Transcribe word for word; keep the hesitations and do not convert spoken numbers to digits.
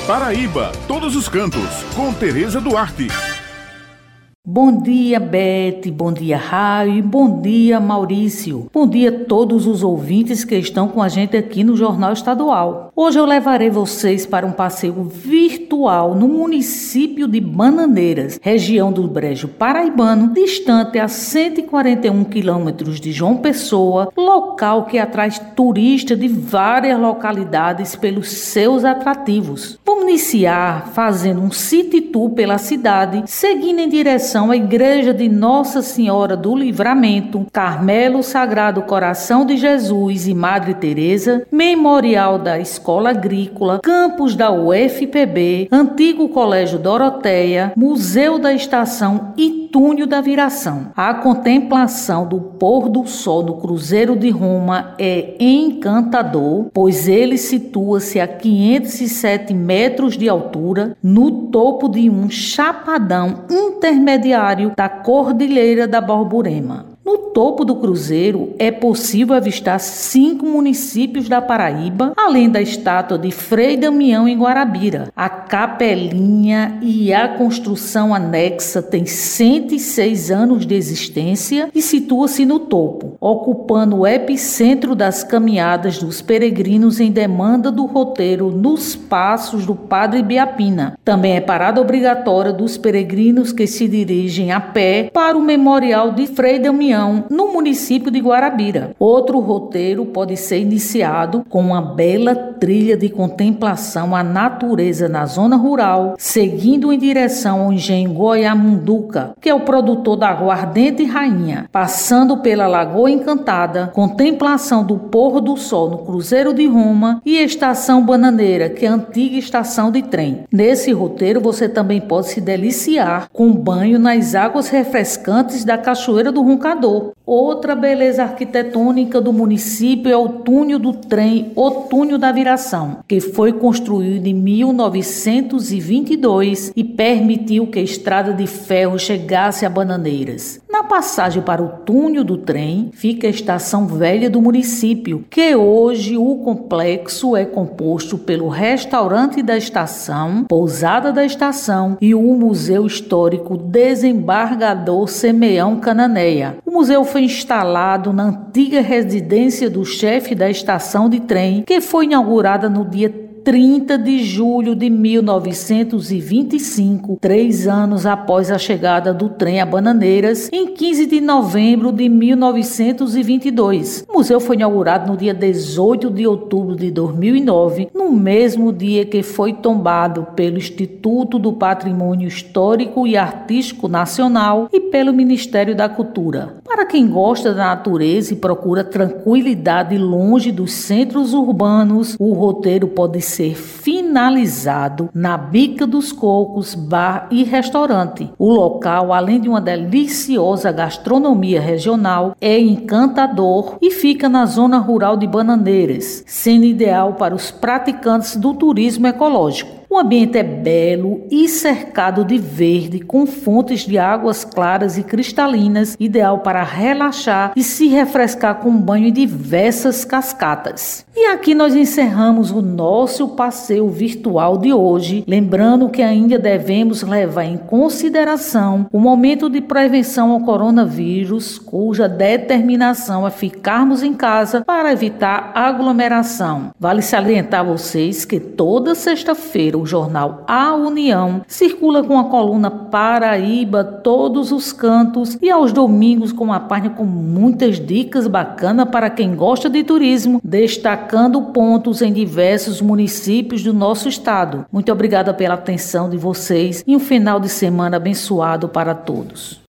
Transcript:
Paraíba, todos os cantos, com Tereza Duarte. Bom dia, Bete, bom dia, Raio, e bom dia, Maurício. Bom dia a todos os ouvintes que estão com a gente aqui no Jornal Estadual. Hoje eu levarei vocês para um passeio virtual no município de Bananeiras, região do Brejo Paraibano, distante a cento e quarenta e um quilômetros de João Pessoa, local que atrai turistas de várias localidades pelos seus atrativos. Vamos iniciar fazendo um city tour pela cidade, seguindo em direção à Igreja de Nossa Senhora do Livramento, Carmelo Sagrado Coração de Jesus e Madre Teresa, Memorial da Escola Agrícola, campus da U F P B, Antigo Colégio Doroteia, Museu da Estação e Túnel da Viração. A contemplação do pôr do sol no Cruzeiro de Roma é encantador, pois ele situa-se a quinhentos e sete metros de altura, no topo de um chapadão intermediário da Cordilheira da Borborema. No topo do cruzeiro é possível avistar cinco municípios da Paraíba, além da estátua de Frei Damião em Guarabira. A capelinha e a construção anexa tem cento e seis anos de existência e situa-se no topo, ocupando o epicentro das caminhadas dos peregrinos em demanda do roteiro Nos Passos do Padre Biapina. Também é parada obrigatória dos peregrinos que se dirigem a pé para o Memorial de Frei Damião, no município de Guarabira. Outro roteiro pode ser iniciado com uma bela trilha de contemplação à natureza na zona rural, seguindo em direção ao engenho Goiamunduca, que é o produtor da aguardente rainha, passando pela Lagoa Encantada, contemplação do pôr do sol no Cruzeiro de Roma e Estação Bananeira, que é a antiga estação de trem. Nesse roteiro você também pode se deliciar com banho nas águas refrescantes da Cachoeira do Roncador. Outra beleza arquitetônica do município é o túnel do trem, o Túnel da Viração, que foi construído em mil novecentos e vinte e dois e permitiu que a estrada de ferro chegasse a Bananeiras. Na passagem para o túnel do trem fica a Estação Velha do município, que hoje o complexo é composto pelo restaurante da estação, pousada da estação e o Museu Histórico Desembargador Simeão Cananeia. O museu foi instalado na antiga residência do chefe da estação de trem, que foi inaugurada no dia trinta de julho de mil novecentos e vinte e cinco, três anos após a chegada do trem a Bananeiras, em quinze de novembro de mil novecentos e vinte e dois. O museu foi inaugurado no dia dezoito de outubro de dois mil e nove, no mesmo dia que foi tombado pelo Instituto do Patrimônio Histórico e Artístico Nacional e pelo Ministério da Cultura. Para quem gosta da natureza e procura tranquilidade longe dos centros urbanos, o roteiro pode ser ser finalizado na Bica dos Cocos, bar e restaurante. O local, além de uma deliciosa gastronomia regional, é encantador e fica na zona rural de Bananeiras, sendo ideal para os praticantes do turismo ecológico. O ambiente é belo e cercado de verde, com fontes de águas claras e cristalinas, ideal para relaxar e se refrescar com banho em diversas cascatas. E aqui nós encerramos o nosso passeio virtual de hoje, lembrando que ainda devemos levar em consideração o momento de prevenção ao coronavírus, cuja determinação é ficarmos em casa para evitar aglomeração. Vale salientar a vocês que toda sexta-feira o jornal A União circula com a coluna Paraíba, todos os cantos, e aos domingos com uma página com muitas dicas bacanas para quem gosta de turismo, destacando pontos em diversos municípios do nosso estado. Muito obrigada pela atenção de vocês e um final de semana abençoado para todos.